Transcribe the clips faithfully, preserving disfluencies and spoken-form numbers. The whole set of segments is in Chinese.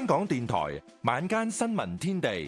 香港電台晚間新聞天地，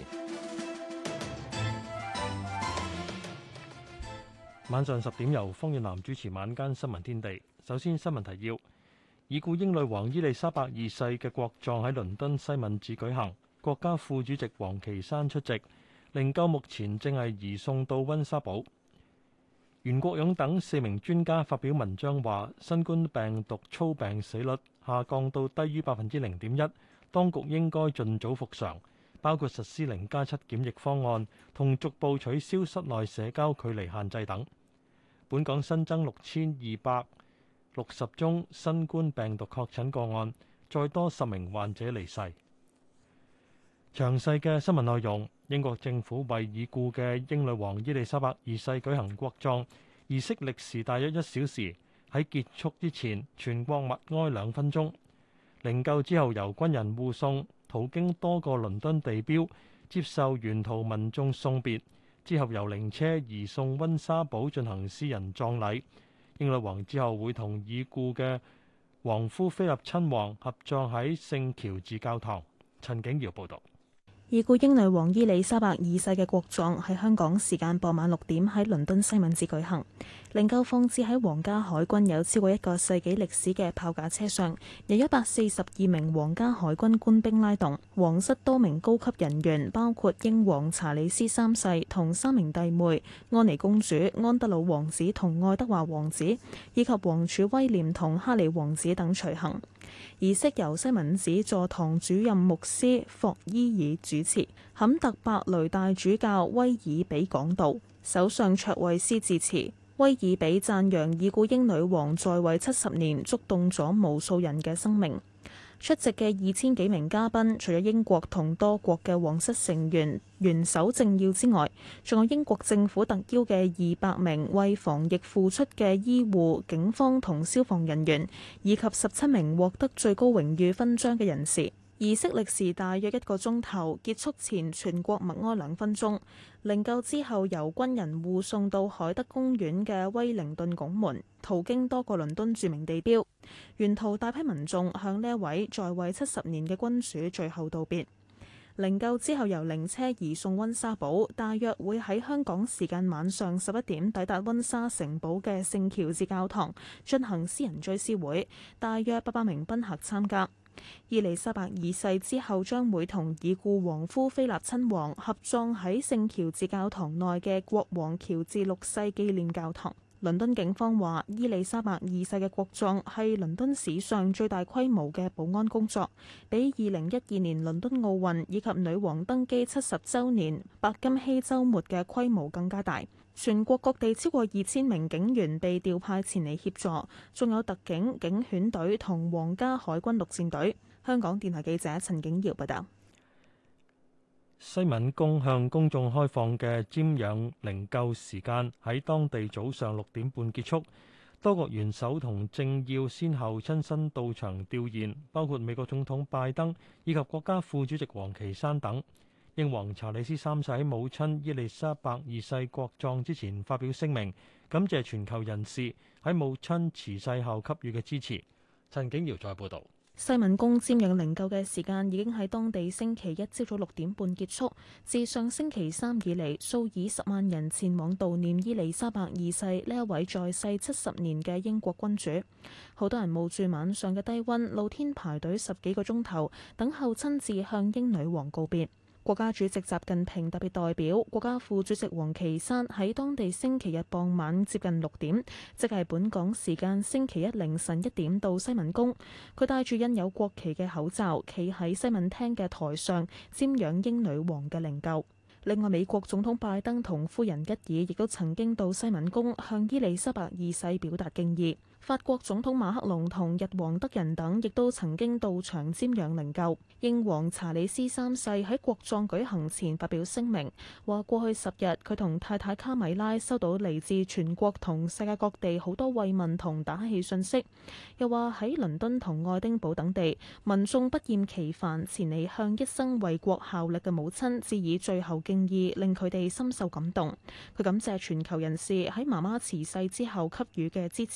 晚上十點由方遠南主持晚間新聞天地。首先新聞提要：已故英女王伊麗莎白二世嘅國葬喺倫敦西敏寺舉行，國家副主席王岐山出席，靈柩目前正係移送到溫莎堡。袁國勇等四名專家發表文章話，新冠病毒操病死率下降到低於百分之零點一，當局應該盡早復常，包括實施零加七檢疫方案同逐步取消室內社交距離限制等。本港新增六千二百六十宗新冠病毒確診個案，再多十名患者離世。詳細嘅新聞內容。英國政府為已故嘅英女王伊麗莎白二世舉行國葬，儀式歷時大約一小時。喺結束之前，全國默哀兩分鐘。靈柩之後由軍人護送，途經多個倫敦地標，接受沿途民眾送別。之後由靈車移送溫莎堡進行私人葬禮。英女王之後會同已故嘅皇夫菲臘親王合葬喺聖喬治教堂。陳景堯報道。 已故英女王伊麗莎白二世嘅國葬喺香港時間傍晚六點喺倫敦西敏寺舉行，靈柩放置喺皇家海軍有超過一個世紀歷史嘅炮架車上，由一百四十二名皇家海軍官兵拉動。皇室多名高級人員，包括英皇查理斯三世同三名弟妹安妮公主、安德魯王子同愛德華王子，以及王儲威廉同哈里王子等隨行。儀式由西敏寺座堂主任牧師霍伊爾主持，坎特伯雷大主教威爾比講道，首相卓慧思致辭。威爾比讚揚已故英女王在位七十年，觸動咗無數人嘅生命。出席嘅二千幾名嘉賓，除咗英國同多國嘅皇室成員、元首政要之外，仲有英國政府特邀嘅二百名為防疫付出嘅醫護、警方同消防人員，以及十七名獲得最高榮譽勳章嘅人士。儀式歷時大約一個鐘頭，結束前全國默哀兩分鐘。靈柩之後由軍人護送到海德公園嘅威靈頓拱門，途經多個倫敦著名地標。沿途大批民眾向呢一位在位七十年嘅君主最後道別。靈柩之後由靈車移送溫莎堡，大約會喺香港時間晚上十一點抵達溫莎城堡嘅聖喬治教堂進行私人追思會，大約八百名賓客參加。伊麗莎白二世之後將會同已故皇夫菲臘親王合葬喺聖喬治教堂內嘅國王喬治六世紀念教堂。倫敦警方話，伊麗莎白二世嘅國葬係倫敦史上最大規模嘅保安工作，比二零一二年倫敦奧運以及女王登基七十週年白金禧週末嘅規模更加大。全國各地超過二千名警員被調派前嚟協助，仲有特警、警犬隊同皇家海軍陸戰隊。香港電台記者陳景堯報道。 西敏宮向公眾開放嘅瞻仰靈柩時間喺當地早上六點半結束，多國元首同政要先後親身到場弔唁，包括美國總統拜登以及國家副主席王岐山等。英皇查理斯三世喺母親伊麗莎白二世國葬之前發表聲明，感謝全球人士喺母親辭世後給予嘅支持。陳景堯再報道。 西敏宮瞻仰靈柩嘅時間已經喺當地星期一朝早六點半結束。自上星期三以嚟，數以十萬人前往悼念伊麗莎白二世呢一位在世七十年嘅英國君主。好多人冒住晚上嘅低溫，露天排隊十幾個鐘頭，等候親自向英女王告別。國家主席習近平特別代表、國家副主席王岐山喺當地星期日傍晚接近六點，即係本港時間星期一凌晨一點到西敏宮。佢戴住印有國旗嘅口罩，企喺西敏廳嘅台上瞻仰英女王嘅靈柩。另外，美國總統拜登同夫人吉爾亦都曾經到西敏宮向伊麗莎白二世表達敬意。法國總統馬克龍同日皇德仁等亦都曾經到場瞻仰靈柩。英皇查理斯三世喺國葬舉行前發表聲明，話過去十日佢同太太卡米拉收到嚟自全國同世界各地好多慰問同打氣訊息，又話喺倫敦同愛丁堡等地，民眾不厭其煩前嚟向一生為國效力嘅母親致以最後敬意，令佢哋深受感動。佢感謝全球人士喺媽媽辭世之後給予嘅支持。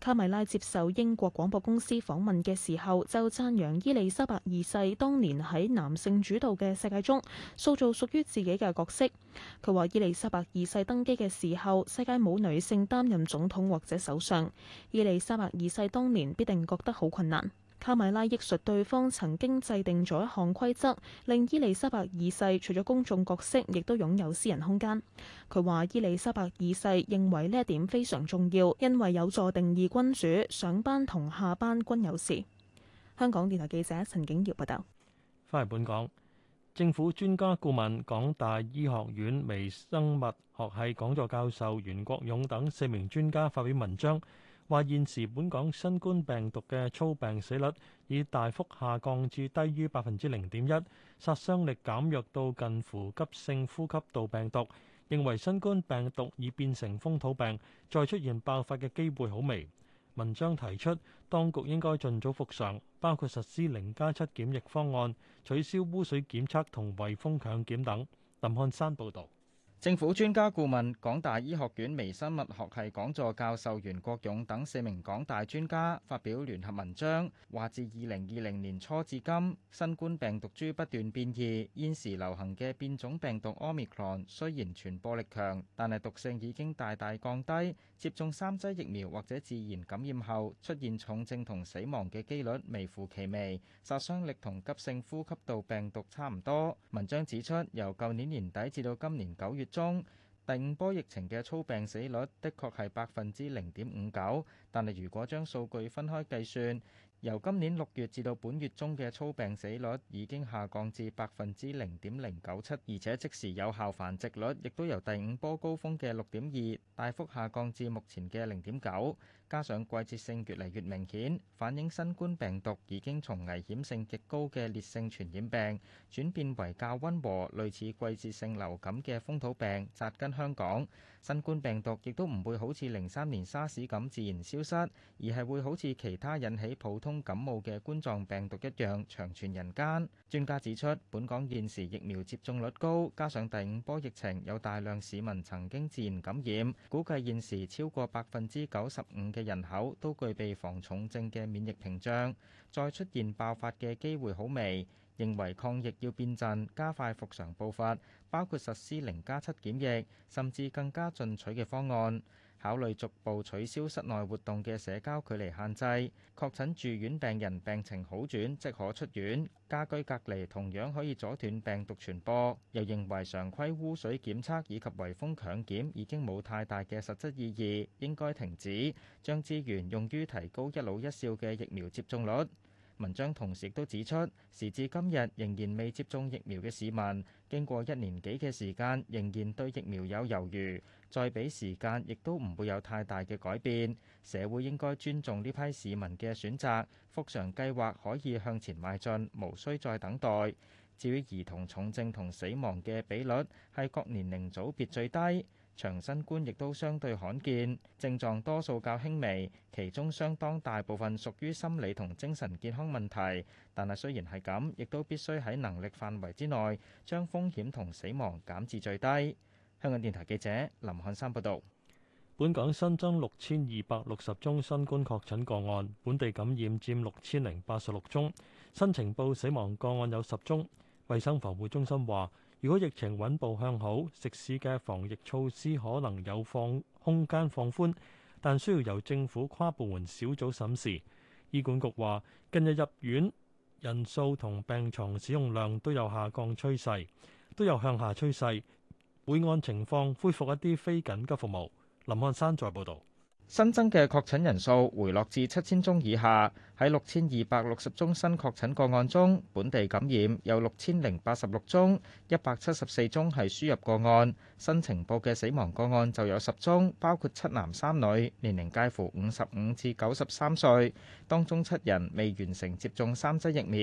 卡米拉接受英國廣播公司訪問嘅時候，就讚揚伊麗莎白二世當年喺男性主導嘅世界中塑造屬於自己嘅角色。佢話伊麗莎白二世登基嘅時候，世界冇女性擔任總統或者首相。伊麗莎白二世當年必定覺得好困難。卡米拉憶述對方曾經制定咗一項規則，令伊麗莎白二世除咗公眾角色，亦都擁有私人空間。佢話伊麗莎白二世認為呢一點非常重要，因為有助定義君主上班同下班均有事。香港電台記者陳景瑤報道。 翻嚟本港，政府專家顧問、港大醫學院微生物學系講座教授袁國勇等四名專家發表文章，話現時本港新冠病毒嘅粗病死率已大幅下降至低於百分之零點一，殺傷力減弱到近乎急性呼吸道病毒。認為新冠病毒已變成風土病，再出現爆發嘅機會好微。文章提出，當局應該盡早復常，包括實施零加七檢疫方案、取消污水檢測同圍封強檢等。林漢山報導。 政府專家顧問、港大醫學院微生物學系講座教授袁國勇等四名港大專家發表聯合文章，話自二零二零年初至今，新冠病毒株不斷變異，現時流行嘅變種病毒 Omicron 雖然傳播力強，但係毒性已經大大降低。接種三劑疫苗或者自然感染後出現重症同死亡嘅機率微乎其微，殺傷力同急性呼吸道病毒差唔多。文章指出，由舊年年底至到今年九月中，第五波疫情嘅粗病死率的確係百分之零點五九，但係如果將數據分開計算，由今年六月至到本月中嘅粗病死率已經下降至百分之零點零九七，而且即時有效繁殖率亦都由第五波高峰嘅六點二大幅下降至目前嘅零點九。加上季節性越嚟越明顯，反映新冠病毒已經從危險性極高嘅烈性傳染病轉變為較溫和、類似季節性流感嘅風土病紮根香港。新冠病毒亦都唔會好似零三年沙士咁自然消失，而係會好似其他引起普通感冒嘅冠狀病毒一樣長存人間。專家指出，本港現時疫苗接種率高，加上第五波疫情有大量市民曾經自然感染，估計現時超過百分之九十五嘅人口都具備防重症嘅免疫屏障，再出現爆發嘅機會好微。認為抗疫要變陣，加快復常步伐，包括實施零加七檢疫，甚至更加進取嘅方案，考慮逐步取消室內活動嘅社交距離限制。確診住院病人病情好轉即可出院，家居隔離同樣可以阻斷病毒傳播。又認為常規污水檢測以及圍封強檢已經冇太大嘅實質意義，應該停止，將資源用於提高一老一少嘅疫苗接種率。文章同時亦都指出，時至今日仍然未接種疫苗嘅市民，經過一年幾嘅時間，仍然對疫苗有猶豫，再俾時間亦都唔會有太大嘅改變。社會應該尊重呢批市民嘅選擇，復常計劃可以向前邁進，無需再等待。至於兒童重症同死亡嘅比率，係各年齡組別最低。長新冠亦都相對罕見，症狀多數較輕微，其中相當大部分屬於心理同精神健康問題。但係雖然係咁，亦都必須喺能力範圍之內，將風險同死亡減至最低。香港電台記者林漢山報導。 本港新增六千二百六十宗新冠確診個案，本地感染佔六千零八十六宗，新呈報死亡個案有十宗。衛生防護中心話，如果疫情穩步向好，食肆嘅防疫措施可能有放空間放寬，但需要由政府跨部門小組審視。醫管局話，近日入院人數同病床使用量都有下降趨勢，都有向下趨勢，會按情況恢復一啲非緊急服務。林漢山再報導。 新增嘅確診人數回落至七千宗以下，喺六千二百六十宗新確診個案中，本地感染有六千零八十六宗，一百七十四宗係輸入個案。新呈報嘅死亡個案就有十宗，包括七男三女，年齡介乎五十五至九十三歲，當中七人未完成接種三劑疫苗。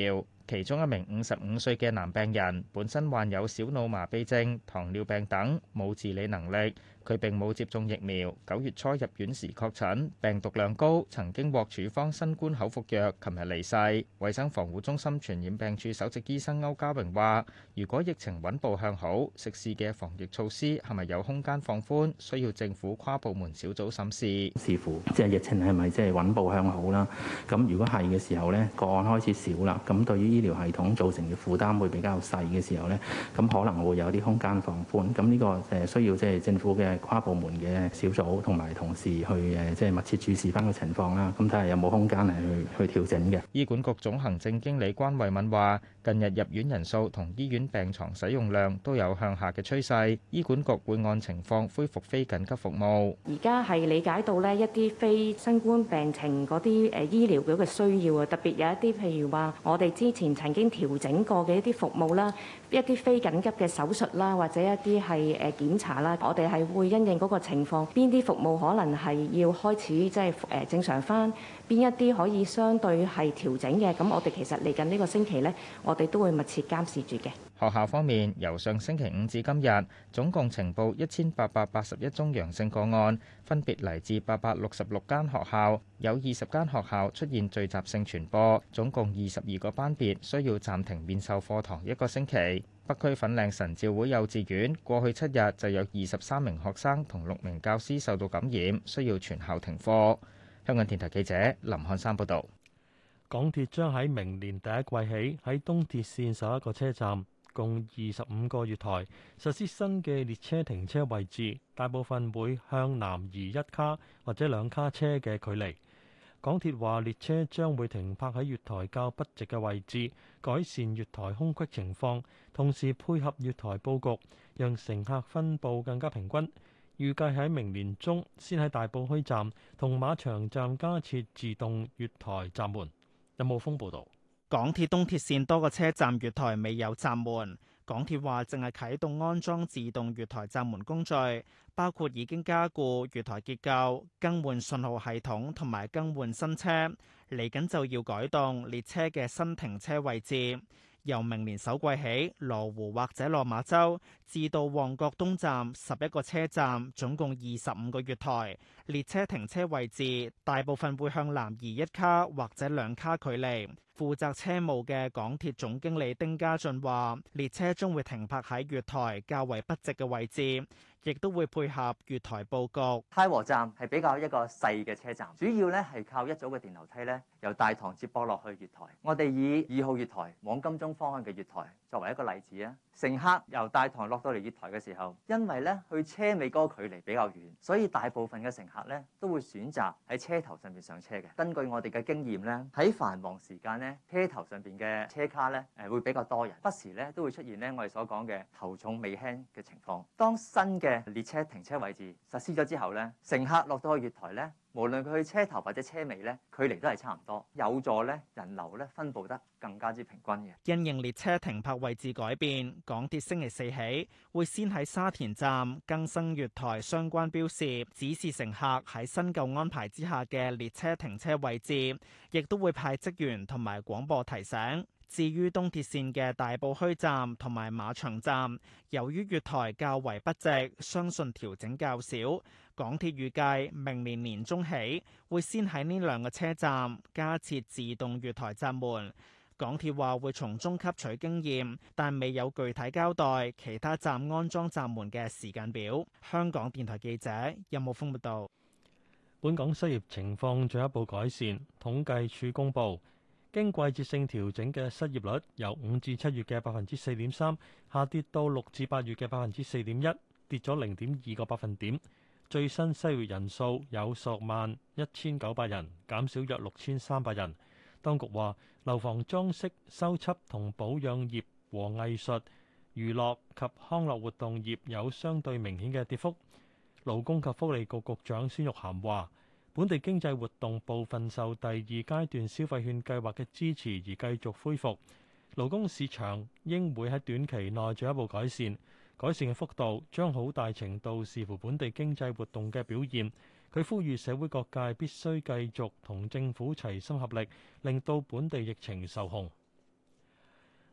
其中一名五十五歲嘅男病人本身患有小腦麻痹症、糖尿病等，冇自理能力。佢並冇接種疫苗，九月初入院時確診，病毒量高，曾經獲處方新冠口服藥，琴日離世。衛生防護中心傳染病處首席醫生歐家榮話，如果疫情穩步向好，食肆嘅防疫措施係咪有空間放寬，需要政府跨部門小組審視。 視乎即係疫情係咪即係穩步向好啦。咁如果係嘅時候咧，個案開始少啦，咁對於醫療系統造成嘅負擔會比較細嘅時候咧，咁可能會有啲空間放寬。咁呢個誒需要即係政府嘅跨部門嘅小組同埋同事去誒，即係密切注視翻個情況啦。咁睇下有冇空間係去去調整嘅。 醫管局總行政經理關慧敏話，近日入院人數同醫院病床使用量都有向下嘅趨勢，醫管局會按情況恢復非緊急服務。 而家係理解到呢一啲非新冠病情嗰啲誒醫療嗰個需要啊，特別有一啲譬如話我哋之前曾經調整過嘅一啲服務啦，一啲非緊急嘅手術啦，或者一啲係誒檢查啦，我哋係會因應嗰個情況，邊啲服務可能係要開始即係誒正常返，邊一啲可以相對係調整嘅。咁我哋其實嚟緊呢個星期呢，我哋都會密切監視住嘅。 學校方面，由上星期五至今日，總共呈報一千八百八十一宗陽性個案，分別嚟自八百六十六間學校，有二十間學校出現聚集性傳播，總共二十二個班別需要暫停面授課堂一個星期。北區粉嶺神召會幼稚園過去七日就有二十三名學生同六名教師受到感染，需要全校停課。香港電台記者林漢山報導。 港鐵將喺明年第一季起喺東鐵線十一個車站，共二十五個月台實施新嘅列車停車位置，大部分會向南移一卡或者兩卡車嘅距離。港鐵話列車將會停泊喺月台較不直嘅位置，改善月台空隙情況，同時配合月台佈局，讓乘客分佈更加平均。預計喺明年中先喺大埔墟站同馬場站加設自動月台閘門。任浩峰報導。 港鐵東鐵線多個車站月台未有閘門，港鐵話正係啟動安裝自動月台閘門工序，包括已經加固月台結構、更換信號系統同埋更換新車，嚟緊就要改動列車嘅新停車位置。由明年首季起，羅湖或者落馬洲至到旺角東站十一個車站，總共二十五個月台，列車停車位置大部分會向南移一卡或者兩卡距離。負責車務嘅港鐵總經理丁家俊話，列車將會停泊喺月台較為不直嘅位置，亦都會配合月台佈局。 太和站係比較一個細嘅車站，主要咧係靠一組嘅電樓梯咧，由大堂接駁落去月台。我哋以二號月台往金鐘方向嘅月台作為一個例子啊，乘客由大堂落到嚟月台嘅時候，因為咧去車尾嗰個距離比較遠，所以大部分嘅乘客咧都會選擇喺車頭上面上車嘅。根據我哋嘅經驗咧，喺繁忙時間咧，車頭上邊嘅車卡咧誒會比較多人，不時咧都會出現咧我哋所講嘅頭重尾輕嘅情況。當新嘅列車停車位置實施咗之後咧，乘客落到去月台咧，無論佢去車頭或者車尾咧，距離都係差唔多，有助咧人流咧分佈得更加之平均嘅。 因應列車停泊位置改變，港鐵星期四起會先喺沙田站更新月台相關標示，指示乘客喺新舊安排之下嘅列車停車位置，亦都會派職員同埋廣播提醒。至於東鐵線嘅大埔墟站同埋馬場站，由於月台較為不直，相信調整較少。港鐵預計明年年中起會先喺呢兩個車站加設自動月台閘門。港鐵話會從中吸取經驗，但未有具體交代其他站安裝閘門嘅時間表。香港電台記者任慕峰報道。 本港失業情況進一步改善，統計處公佈，經季節性調整嘅失業率由五至七月嘅百分之四點三下跌到六至八月嘅百分之四點一，跌咗零點二個百分點。最新失業人數有十萬一千九百人，減少約六千三百人。當局話，樓房裝飾、修葺同保養業和藝術、娛樂及康樂活動業有相對明顯嘅跌幅。勞工及福利局局長孫玉菡話，本地經濟活動部分受第二階段消費券計劃嘅支持而繼續恢復，勞工市場應會喺短期內進一步改善，改善嘅幅度將好大程度視乎本地經濟活動嘅表現。佢呼籲社會各界必須繼續同政府齊心合力，令到本地疫情受控。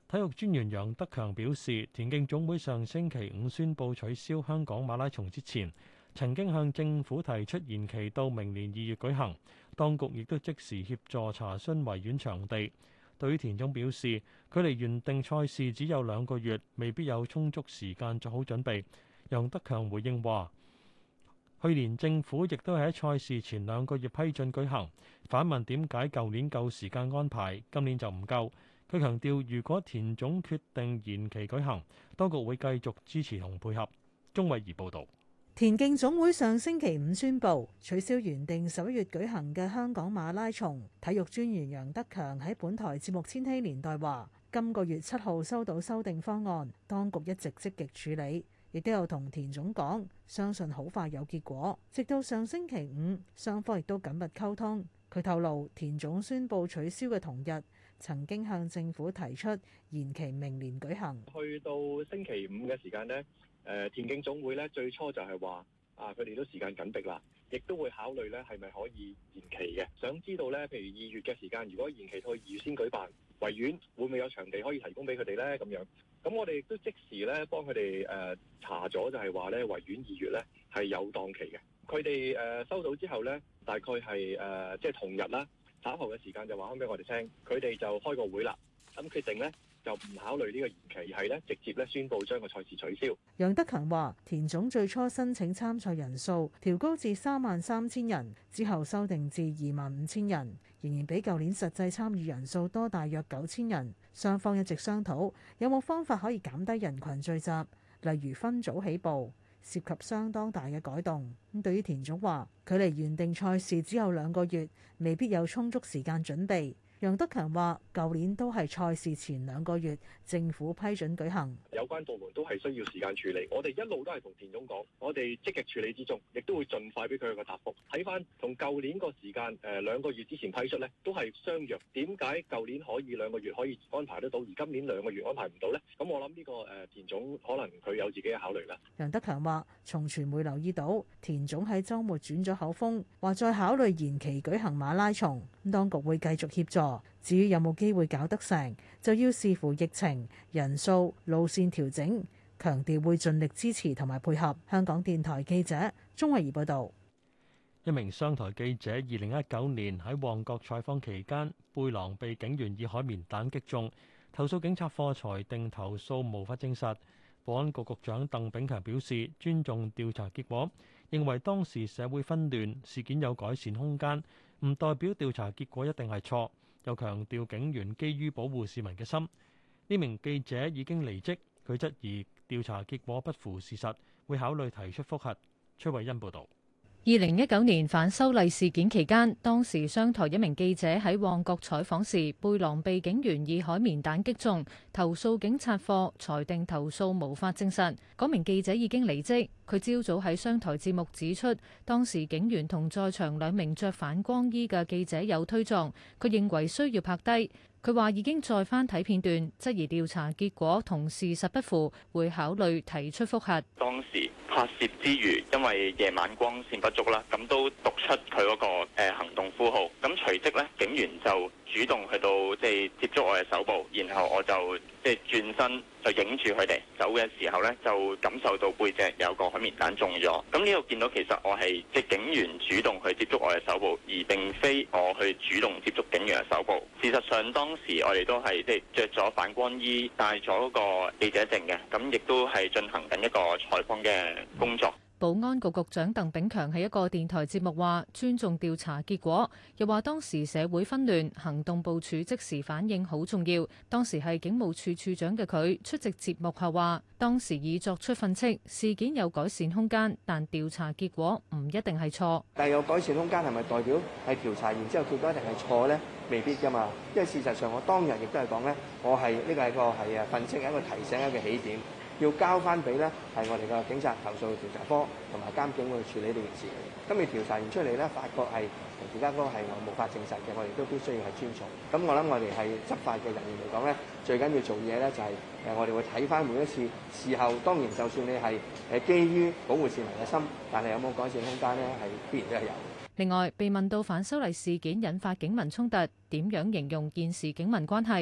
體育專員楊德強表示，田徑總會上星期五宣布取消香港馬拉松之前，曾經向政府提出延期到明年二月舉行，當局亦都即時協助查詢維園場地。對於田總表示，距離原定賽事只有兩個月，未必有充足時間做好準備。楊德強回應話，去年政府亦都係喺賽事前兩個月批准舉行，反問點解舊年夠時間安排，今年就唔夠。佢強調，如果田總決定延期舉行，當局會繼續支持同配合。鍾慧儀報導。 田徑總會上星期五宣布取消原定十一月舉行嘅香港馬拉松。體育專員楊德強喺本台節目《千禧年代》話，今個月七號收到修訂方案，當局一直積極處理，亦都有同田總講，相信好快有結果。直到上星期五，雙方亦都緊密溝通。佢透露，田總宣布取消嘅同日，曾經向政府提出延期明年舉行。 去到星期五嘅時間呢。誒、呃、田徑總會咧最初就係話啊，佢哋都時間緊迫啦，亦都會考慮咧係咪可以延期嘅。想知道咧，譬如二月嘅時間，如果延期到二月先舉辦，維園會唔會有場地可以提供俾佢哋咧？咁樣，咁我哋亦都即時咧幫佢哋誒查咗，就係話咧維園二月咧係有檔期嘅。佢哋誒收到之後咧，大概係誒即係同日啦，稍後嘅時間就話翻俾我哋聽，佢哋就開個會啦，咁決定咧。就唔考慮呢個延期，係咧直接咧宣布將個賽事取消。 楊德強話：田總最初申請參賽人數調高至三萬三千人，之後修訂至二萬五千人，仍然比舊年實際參與人數多大約九千人。雙方一直商討有冇方法可以減低人群聚集，例如分組起步，涉及相當大嘅改動。咁對於田總話，距離原定賽事只有兩個月，未必有充足時間準備。楊德強話：舊年都係賽事前兩個月，政府批准舉行。 有關部門都係需要時間處理，我哋一路都係同田總講，我哋積極處理之中，亦都會盡快俾佢個答覆。睇翻同舊年個時間，誒、呃、兩個月之前批出呢，都係相若。點解舊年可以兩個月可以安排得到，而今年兩個月安排唔到呢？咁我諗呢、這個誒、呃、田總可能佢有自己嘅考慮啦。 楊德強話：從傳媒留意到，田總喺週末轉咗口風，話再考慮延期舉行馬拉松，當局會繼續協助。至於有冇機會搞得成，就要視乎疫情、人數、路線調整，強調會盡力支持同埋配合。香港電台記者鍾慧儀報導。 一名商台記者二零一九年喺旺角採訪期間，背囊被警員以海綿彈擊中，投訴警察課裁定投訴無法證實。保安局局長鄧炳強表示尊重調查結果，認為當時社會紛亂，事件有改善空間，唔代表調查結果一定係錯。又強調警員基於保護市民嘅心。呢名記者已經離職，佢質疑調查結果不符事實，會考慮提出覆核。崔慧欣報導。 二零一九年反修例事件期間，當時商台一名記者喺旺角採訪時，背囊被警員以海綿彈擊中，投訴警察課裁定投訴無法證實。嗰名記者已經離職，佢朝早喺商台節目指出，當時警員同在場兩名着反光衣嘅記者有推撞，佢認為需要拍低。佢話已經再翻睇片段，質疑調查結果同事實不符，會考慮提出覆核。 當時拍攝之餘，因為夜晚光線不足啦，咁都讀出佢嗰個誒行動呼號。咁隨即咧，警員就主動去到即係接觸我嘅手部，然後我就即係轉身就影住佢哋走嘅時候咧，就感受到背脊有個海綿彈中咗。咁呢度見到其實我係即係警員主動去接觸我嘅手部，而並非我去主動接觸警員嘅手部。事實上當時我哋都係即係著咗反光衣，戴咗個記者證嘅，咁亦都係進行緊一個採訪嘅工作。 保安局局長鄧炳強喺一個電台節目話尊重調查結果，又話當時社會紛亂，行動部署即時反應好重要。當時係警務處處長嘅佢出席節目後話，當時已作出訓斥，事件有改善空間，但調查結果唔一定係錯。 但係有改善空間係咪代表係調查完之後結果一定係錯呢？未必㗎嘛，因為事實上我當日亦都係講呢，我係呢個係個係啊訓斥一個提醒一個起點。要交翻俾咧，係我哋嘅警察投訴調查科同埋監警去處理呢件事。今日調查完出嚟咧，發覺係同其他科係我無法證實嘅，我哋都必須要係尊重。咁我諗我哋係執法嘅人員嚟講咧，最緊要做嘢咧就係誒，我哋會睇翻每一次事後。當然，就算你係誒基於保護市民嘅心，但係有冇改善空間咧，係必然都係有。 另外，被問到反修例事件引發警民衝突，點樣形容現時警民關係？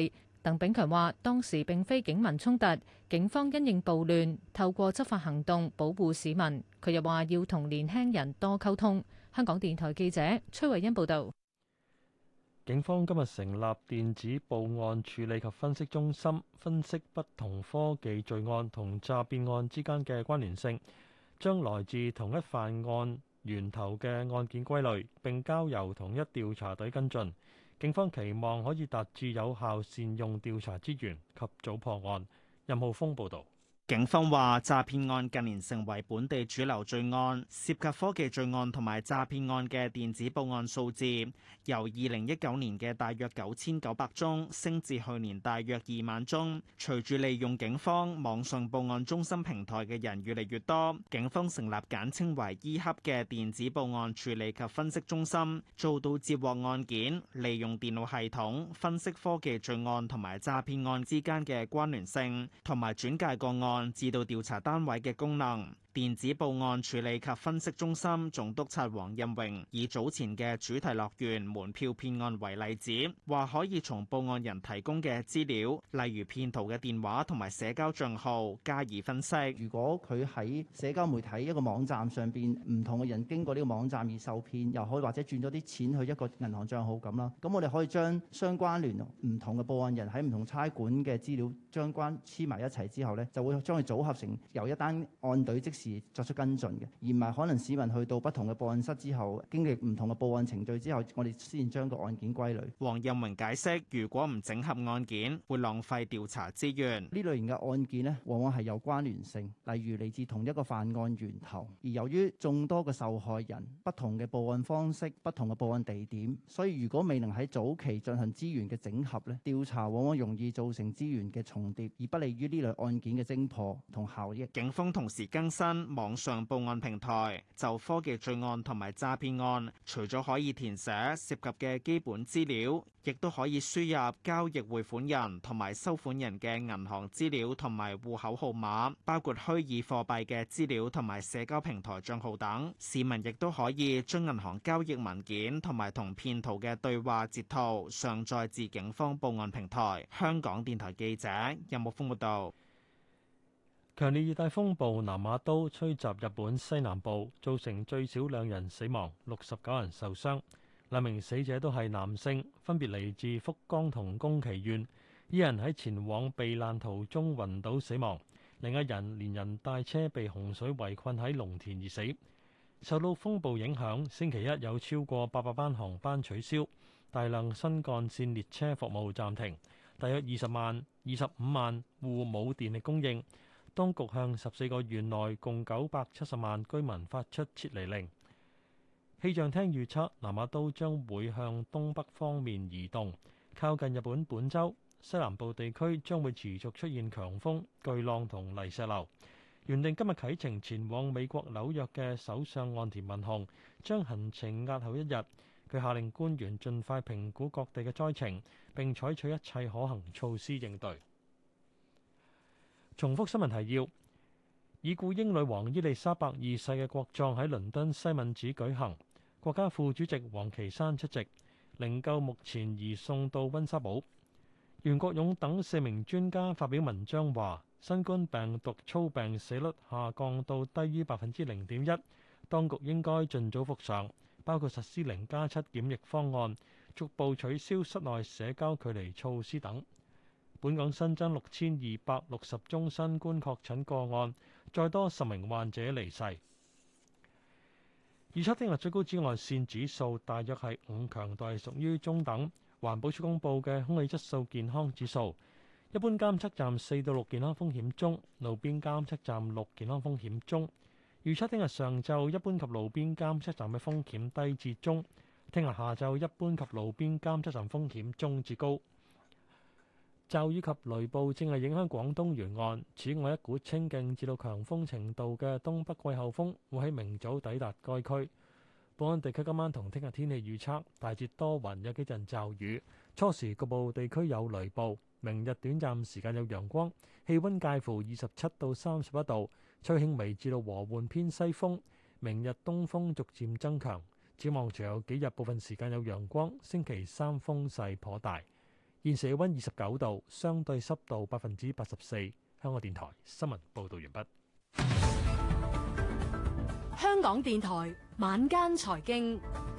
鄧炳強話：當時並非警民衝突，警方因應暴亂，透過執法行動保護市民。佢又話要同年輕人多溝通。香港電台記者崔慧欣報道。 警方今日成立電子報案處理及分析中心，分析不同科技罪案同詐騙案之間嘅關聯性，將來自同一犯案源頭嘅案件歸類，並交由同一調查隊跟進。警方期望可以達至有效善用調查資源及早破案。任浩峰報導。 警方話，詐騙案近年成為本地主流罪案，涉及科技罪案同埋詐騙案嘅電子報案數字，由二零一九年嘅大約九千九百宗升至去年大約二萬宗。隨住利用警方網上報案中心平台嘅人越嚟越多，警方成立簡稱為 E Hub 嘅電子報案處理及分析中心，做到接獲案件，利用電腦系統分析科技罪案同埋詐騙案之間嘅關聯性，同埋轉介個案至到調查單位嘅功能。電子報案處理及分析中心總督察黃任榮以早前嘅主題樂園門票騙案為例子，話可以從報案人提供嘅資料，例如騙徒嘅電話同埋社交帳號加以分析。 如果佢喺社交媒體一個網站上邊，唔同嘅人經過呢個網站而受騙，又可以或者轉咗啲錢去一個銀行帳號咁啦，咁我哋可以將相關聯唔同嘅報案人喺唔同差館嘅資料將關黐埋一齊之後呢，就會將佢組合成由一單案隊即時作出跟進嘅，而唔係可能市民去到不同嘅報案室之後，經歷唔同嘅報案程序之後，我哋先將個案件歸類。 黃任榮解釋，如果唔整合案件，會浪費調查資源。 呢類型嘅案件呢，往往係有關聯性，例如嚟自同一個犯案源頭，而由於眾多嘅受害人、不同嘅報案方式、不同嘅報案地點，所以如果未能喺早期進行資源嘅整合呢，調查往往容易造成資源嘅重疊，而不利於呢類案件嘅偵破同效益。 警方同時更新網上報案平台，就科技罪案同埋詐騙案，除咗可以填寫涉及嘅基本資料，亦都可以輸入交易匯款人同埋收款人嘅銀行資料同埋戶口號碼，包括虛擬貨幣嘅資料同埋社交平台帳號等。市民亦都可以將銀行交易文件同埋同騙徒嘅對話截圖上載至警方報案平台。香港電台記者任木峰報道。 強烈熱帶風暴南馬都吹襲日本西南部，造成最少兩人死亡，六十九人受傷。兩名死者都係男性，分別嚟自福岡同宮崎縣。一人喺前往避難途中暈倒死亡，另一人連人帶車被洪水圍困喺農田而死。受到風暴影響，星期一有超過八百班航班取消，大量新幹線列車服務暫停，大約二十萬、二十五萬戶冇電力供應。當局向十四個縣內共九百七十萬居民發出撤離令。氣象廳預測，南馬都將會向東北方面移動，靠近日本本州。西南部地區將會持續出現強風、巨浪同泥石流。原定今日啟程前往美國紐約嘅首相岸田文雄將行程押後一日。佢下令官員盡快評估各地嘅災情，並採取一切可行措施應對。重複新聞提要：已故英女王伊麗莎白二世嘅國葬喺倫敦西敏寺舉行，國家副主席王岐山出席，靈柩目前移送到溫莎堡。袁國勇等四名專家發表文章話，新冠病毒操病死率下降到低於百分之零點一，當局應該盡早復常，包括實施零加七檢疫方案，逐步取消室內社交距離措施等。本港新增六千二百六十宗新冠確診個案，再多十名患者離世。預測聽日最高紫外線指數大約係五，強度係屬於中等。環保署公佈嘅空氣質素健康指數，一般監測站四到六健康風險中，路邊監測站六健康風險中。預測聽日上晝一般及路邊監測站嘅風險低至中，聽日下晝一般及路邊監測站風險中至高。驟雨及雷暴正係影響廣東沿岸，此外一股清勁至到強風程度嘅東北季候風會喺明早抵達該區。本港地區今晚同聽日天氣預測大致多雲，有幾陣驟雨，初時局部地區有雷暴。明日短暫時間有陽光，氣温介乎二十七到三十一度，吹輕微至到和緩偏西風。明日東風逐漸增強，展望隨後幾日部分時間有陽光，星期三風勢頗大。 現時氣溫二十九度，相對濕度百分之八十四。香港電台新聞報道完畢。 香港電台晚間財經，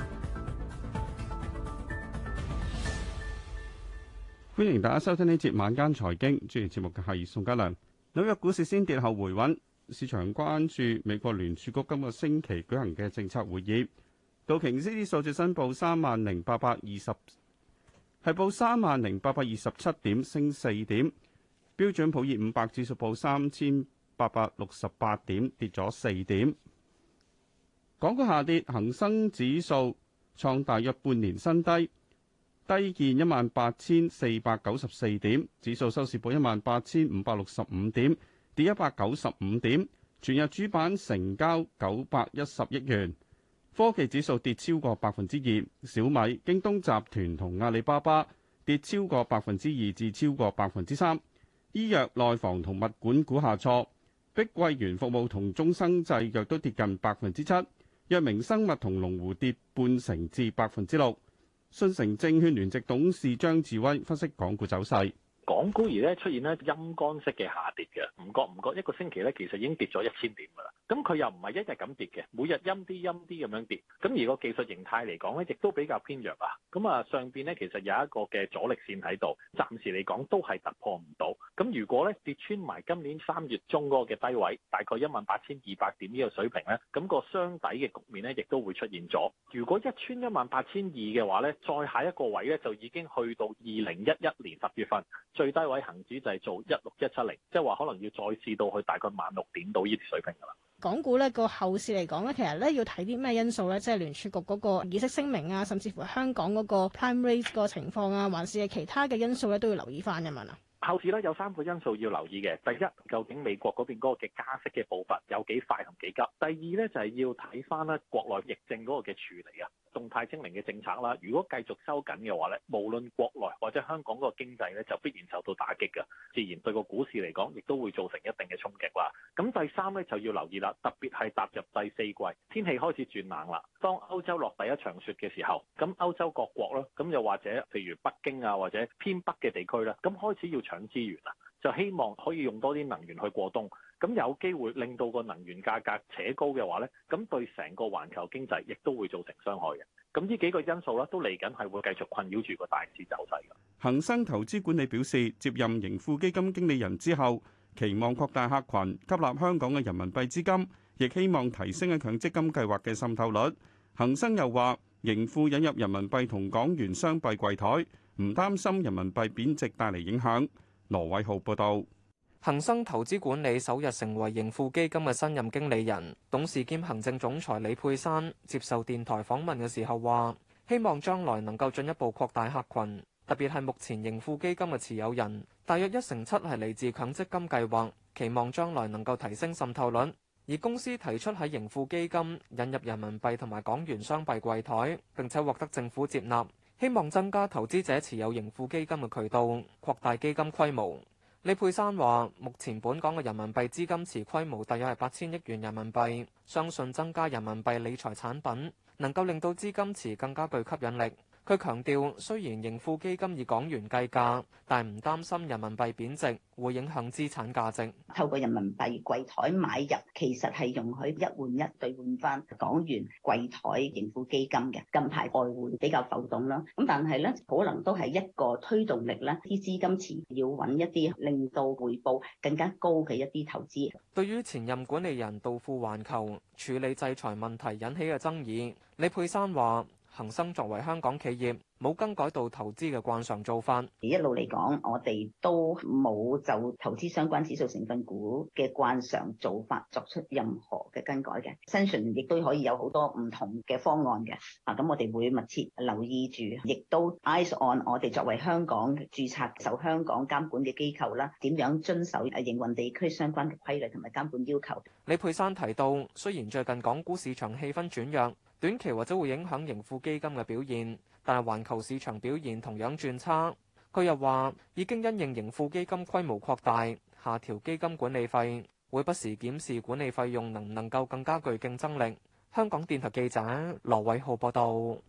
歡迎大家收聽呢節晚間財經。主持節目嘅係宋家良。紐約股市先跌後回穩，市場關注美國聯儲局今個星期舉行嘅政策會議。道瓊斯指數最新報三萬零八百二十，係報三萬零八百二十七點，升四點。標準普爾五百指數報三千八百六十八點，跌咗四點。港股下跌，恒生指數創大約半年新低，低見一萬八千四百九十四點，指數收市報一萬八千五百六十五點，跌一百九十五點。全日主板成交九百一十億元。科技指數跌超過百分之二，小米、京東集團同阿里巴巴跌超過百分之二至超過百分之三。醫藥、內房同物管股下挫，碧桂園服務同中生製藥都跌近百分之七，藥明生物同龍湖跌半成至百分之六。信誠證券聯席董事張智威分析港股走勢。 港股而咧出現咧陰乾式嘅下跌嘅，唔覺唔覺一個星期咧其實已經跌咗一千點㗎啦。咁佢又唔係一日咁跌嘅，每日陰啲陰啲咁樣跌。咁而個技術形態嚟講咧，亦都比較偏弱啊。咁啊上邊咧其實有一個嘅阻力線喺度，暫時嚟講都係突破唔到。咁如果咧跌穿埋今年三月中嗰個嘅低位，大概一萬八千二百點呢個水平咧，咁個雙底嘅局面咧亦都會出現咗。如果一穿一萬八千二嘅話咧，再下一個位咧就已經去到二零一一年十月份。最低位恒指就係做一六一七零，即係話可能要再試到去大概萬六點到呢啲水平㗎啦。 港股咧個後市嚟講咧，其實咧要睇啲咩因素咧？即係聯儲局嗰個議息聲明啊，甚至乎香港嗰個 prime rate 個情況啊，還是係其他嘅因素咧都要留意翻嘅嘛。 後市咧有三個因素要留意嘅，第一，究竟美國嗰邊嗰個嘅加息嘅步伐有幾快同幾急？第二咧就係要睇翻咧國內疫症嗰個嘅處理啊，動態清零嘅政策啦。如果繼續收緊嘅話咧，無論國內或者香港嗰個經濟咧就必然受到打擊嘅，自然對個股市嚟講亦都會造成一定嘅衝擊啦。咁第三咧就要留意啦，特別係踏入第四季，天氣開始轉冷啦。當歐洲落第一場雪嘅時候，咁歐洲各國啦，咁又或者譬如北京啊或者偏北嘅地區啦，咁開始要搶資源啦，就希望可以用多啲能源去過冬，咁有機會令到個能源價格扯高嘅話咧，咁對成個環球經濟亦都會造成傷害嘅。咁呢幾個因素咧，都嚟緊係會繼續困擾住個大市走勢嘅。 恒生投資管理表示，接任盈富基金經理人之後，期望擴大客群，吸納香港嘅人民幣資金，亦希望提升喺強積金計劃嘅滲透率。恒生又話，盈富引入人民幣同港元雙幣櫃台，唔擔心人民幣貶值帶嚟影響。羅偉浩報道。 恒生投資管理首日成為盈富基金嘅新任經理人，董事兼行政總裁李佩珊接受電台訪問嘅時候話，希望將來能夠進一步擴大客群，特別係目前盈富基金嘅持有人大約一成七係嚟自強積金計劃，期望將來能夠提升滲透率。而公司提出喺盈富基金引入人民幣同埋港元雙幣櫃台，並且獲得政府接納，希望增加投資者持有盈富基金嘅渠道，擴大基金規模。李佩珊話：目前本港嘅人民幣資金池規模大約係八千億元人民幣，相信增加人民幣理財產品能夠令到資金池更加具吸引力。佢強調，雖然盈富基金以港元計價，但唔擔心人民幣貶值會影響資產價值。 透過人民幣櫃台買入，其實係容許一換一兌換翻港元櫃台盈富基金嘅。近排外匯比較浮動啦，咁但係咧可能都係一個推動力咧，啲資金池要揾一啲令到回報更加高嘅一啲投資。 對於前任管理人道富環球處理制裁問題引起嘅爭議，李佩珊話：恒生作為香港企業，冇更改到投資嘅慣常做法。 一路嚟講，我哋都冇就投資相關指數成分股嘅慣常做法作出任何嘅更改嘅。新船亦都可以有好多唔同嘅方案嘅。啊，咁我哋會密切留意住，亦都 eyes on 我哋作為香港註冊受香港監管嘅機構啦，點樣遵守誒營運地區相關嘅規例同埋監管要求。 李佩珊提到，雖然最近港股市場氣氛轉弱，短期或者會影響盈富基金嘅表現，但係環球市場表現同樣轉差。佢又話已經因應盈富基金規模擴大，下調基金管理費，會不時檢視管理費用能唔能夠更加具競爭力。香港電台記者羅偉浩報道。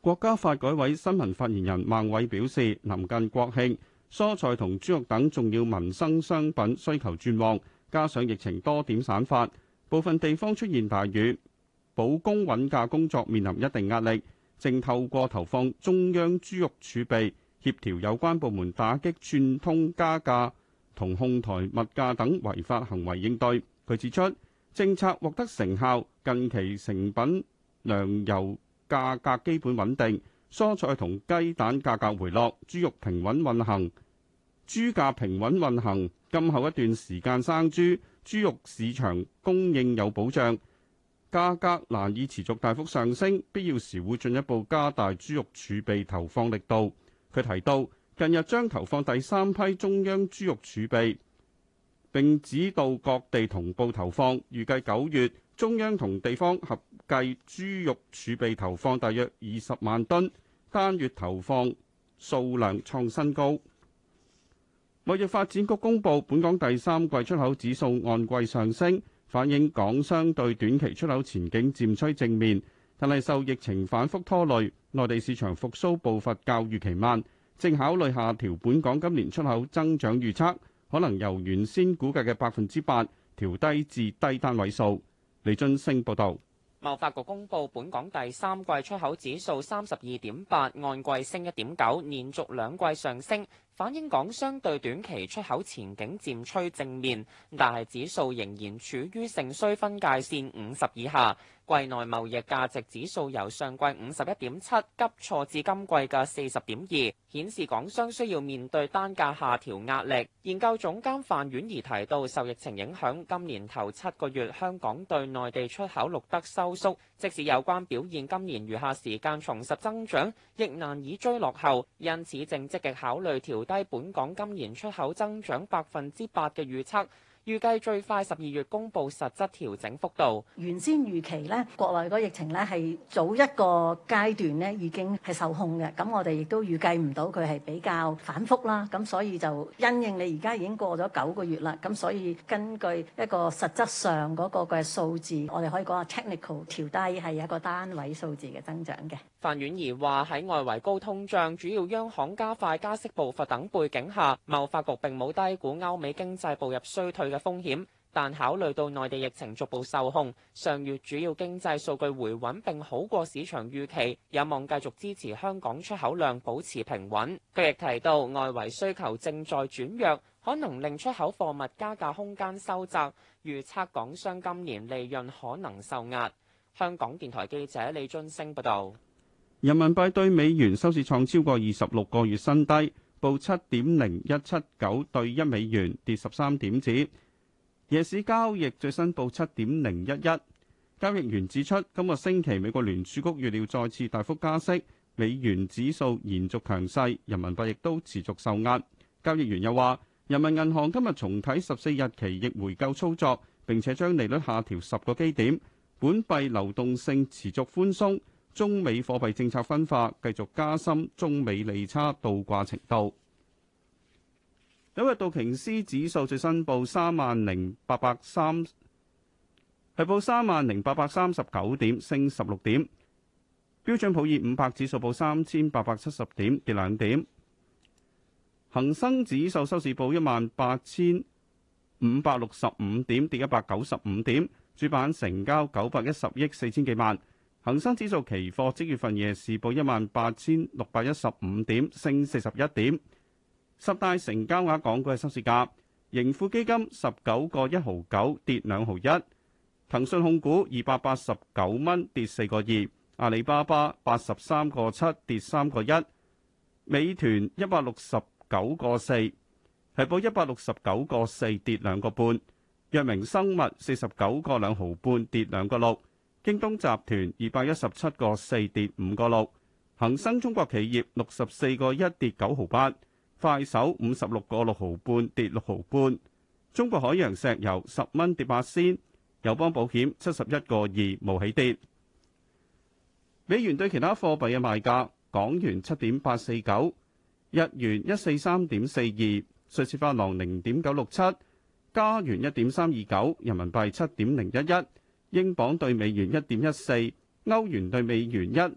國家發改委新聞發言人孟偉表示，臨近國慶，蔬菜同豬肉等重要民生商品需求轉旺，加上疫情多點散發，部分地方出現大雨，保供穩價工作面臨一定壓力，正透過投放中央豬肉儲備，協調有關部門打擊串通加價同哄抬物價等違法行為應對。佢指出，政策獲得成效，近期成品糧油價格基本穩定，蔬菜同雞蛋價格回落，豬肉平穩運行，豬價平穩運行。今後一段時間生豬，豬肉市場供應有保障，價格難以持續大幅上升，必要時會進一步加大豬肉儲備投放力度。佢提到，近日將投放第三批中央豬肉儲備，並指導各地同步投放，預計九月中央同地方合計豬肉儲備投放大約二十萬噸，單月投放數量創新高。貿易發展局公佈，本港第三季出口指數按季上升，反映港商對短期出口前景漸趨正面，但係受疫情反覆拖累，內地市場復甦步伐較預期慢，正考慮下調本港今年出口增長預測，可能由原先估計嘅百分之八調低至低單位數。李津升報導。 貿發局公佈，本港第三季出口指數三十二點八，按季升一點九，連續兩季上升，反映港商對短期出口前景漸趨正面，但係指數仍然處於盛衰分界線五十以下。季內貿易價值指數由上季五十一點七急挫至今季嘅四十點二，顯示港商需要面對單價下調壓力。研究總監范婉儀提到，受疫情影響，今年頭七個月香港對內地出口錄得收縮，即使有關表現今年餘下時間重拾增長，亦難以追落後，因此正積極考慮調低本港今年出口增長百分之八嘅預測。預計最快十二月公布實質調整幅度。 原先預期咧，國內個疫情咧係早一個階段咧已經係受控嘅，咁我哋亦都預計唔到佢係比較反覆啦。咁所以就因應你而家已經過咗九個月啦，咁所以根據一個實質上嗰個嘅數字，我哋可以講話 technical 調低係一個單位數字嘅增長嘅。 范婉儀話喺外圍高通脹、主要央行加快加息步伐等背景下，貿發局並冇低估歐美經濟步入衰退嘅風險，但考慮到內地疫情逐步受控，上月主要經濟數據回穩並好過市場預期，有望繼續支持香港出口量保持平穩。佢亦提到，外圍需求正在轉弱，可能令出口貨物加價空間收窄，預測港商今年利潤可能受壓。香港電台記者李津升報道。 人民幣對美元收市創超過二十六個月新低，報七點零一七九對一美元，跌十三點子。夜市交易最新報七點零一一。交易員指出，今個星期美國聯儲局預料再次大幅加息，美元指數延續強勢，人民幣亦都持續受壓。交易員又話，人民銀行今日重啟十四日期逆回購操作，並且將利率下調十個基點，本幣流動性持續寬鬆。中美貨幣政策分化繼續加深中美利差倒掛程度。紐約道瓊斯指數最新報三萬零八百三，係報三萬零八百三十九點，升十六點。標準普爾五百指數報三千八百七十點，跌兩點。恒生指數收市報一萬八千五百六十五點，跌一百九十五點。主板成交九百一十億四千幾萬。恒生指數期貨即月份夜市報一萬八千六百一十五點，升四十一點。十大成交額港股嘅收市價：盈富基金十九個一毫九，跌兩毫一；騰訊控股二百八十九蚊，跌四個二；阿里巴巴八十三個七，跌三個一；美團一百六十九個四，係報一百六十九個四，跌兩個半；藥明生物四十九個兩毫半，跌兩個六。京東集團二百一十七個四，跌五個六，恒生中國企業六十四個一，跌九毫八，快手五十六個六毫半，跌六毫半，中國海洋石油十蚊，跌八仙，友邦保險七十一個二，冇起跌。美元對其他貨幣嘅賣價：港元七點八四九，日元一四三點四二，瑞士法郎零點九六七，加元一點三二九，人民幣七點零一一。英鎊兌美元一點一四，歐元兌美元一，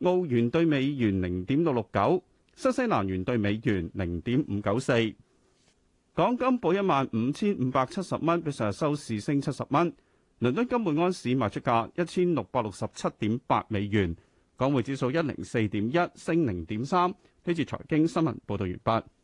澳元對美元零點六六九，新西蘭元對美元零點五九四。港金報一萬五千五百七十蚊，比上日收市升七十蚊。倫敦金每安士賣出價一千六百六十七點八美元，港匯指數一零四點一，升零點三。呢次財經新聞報道完畢。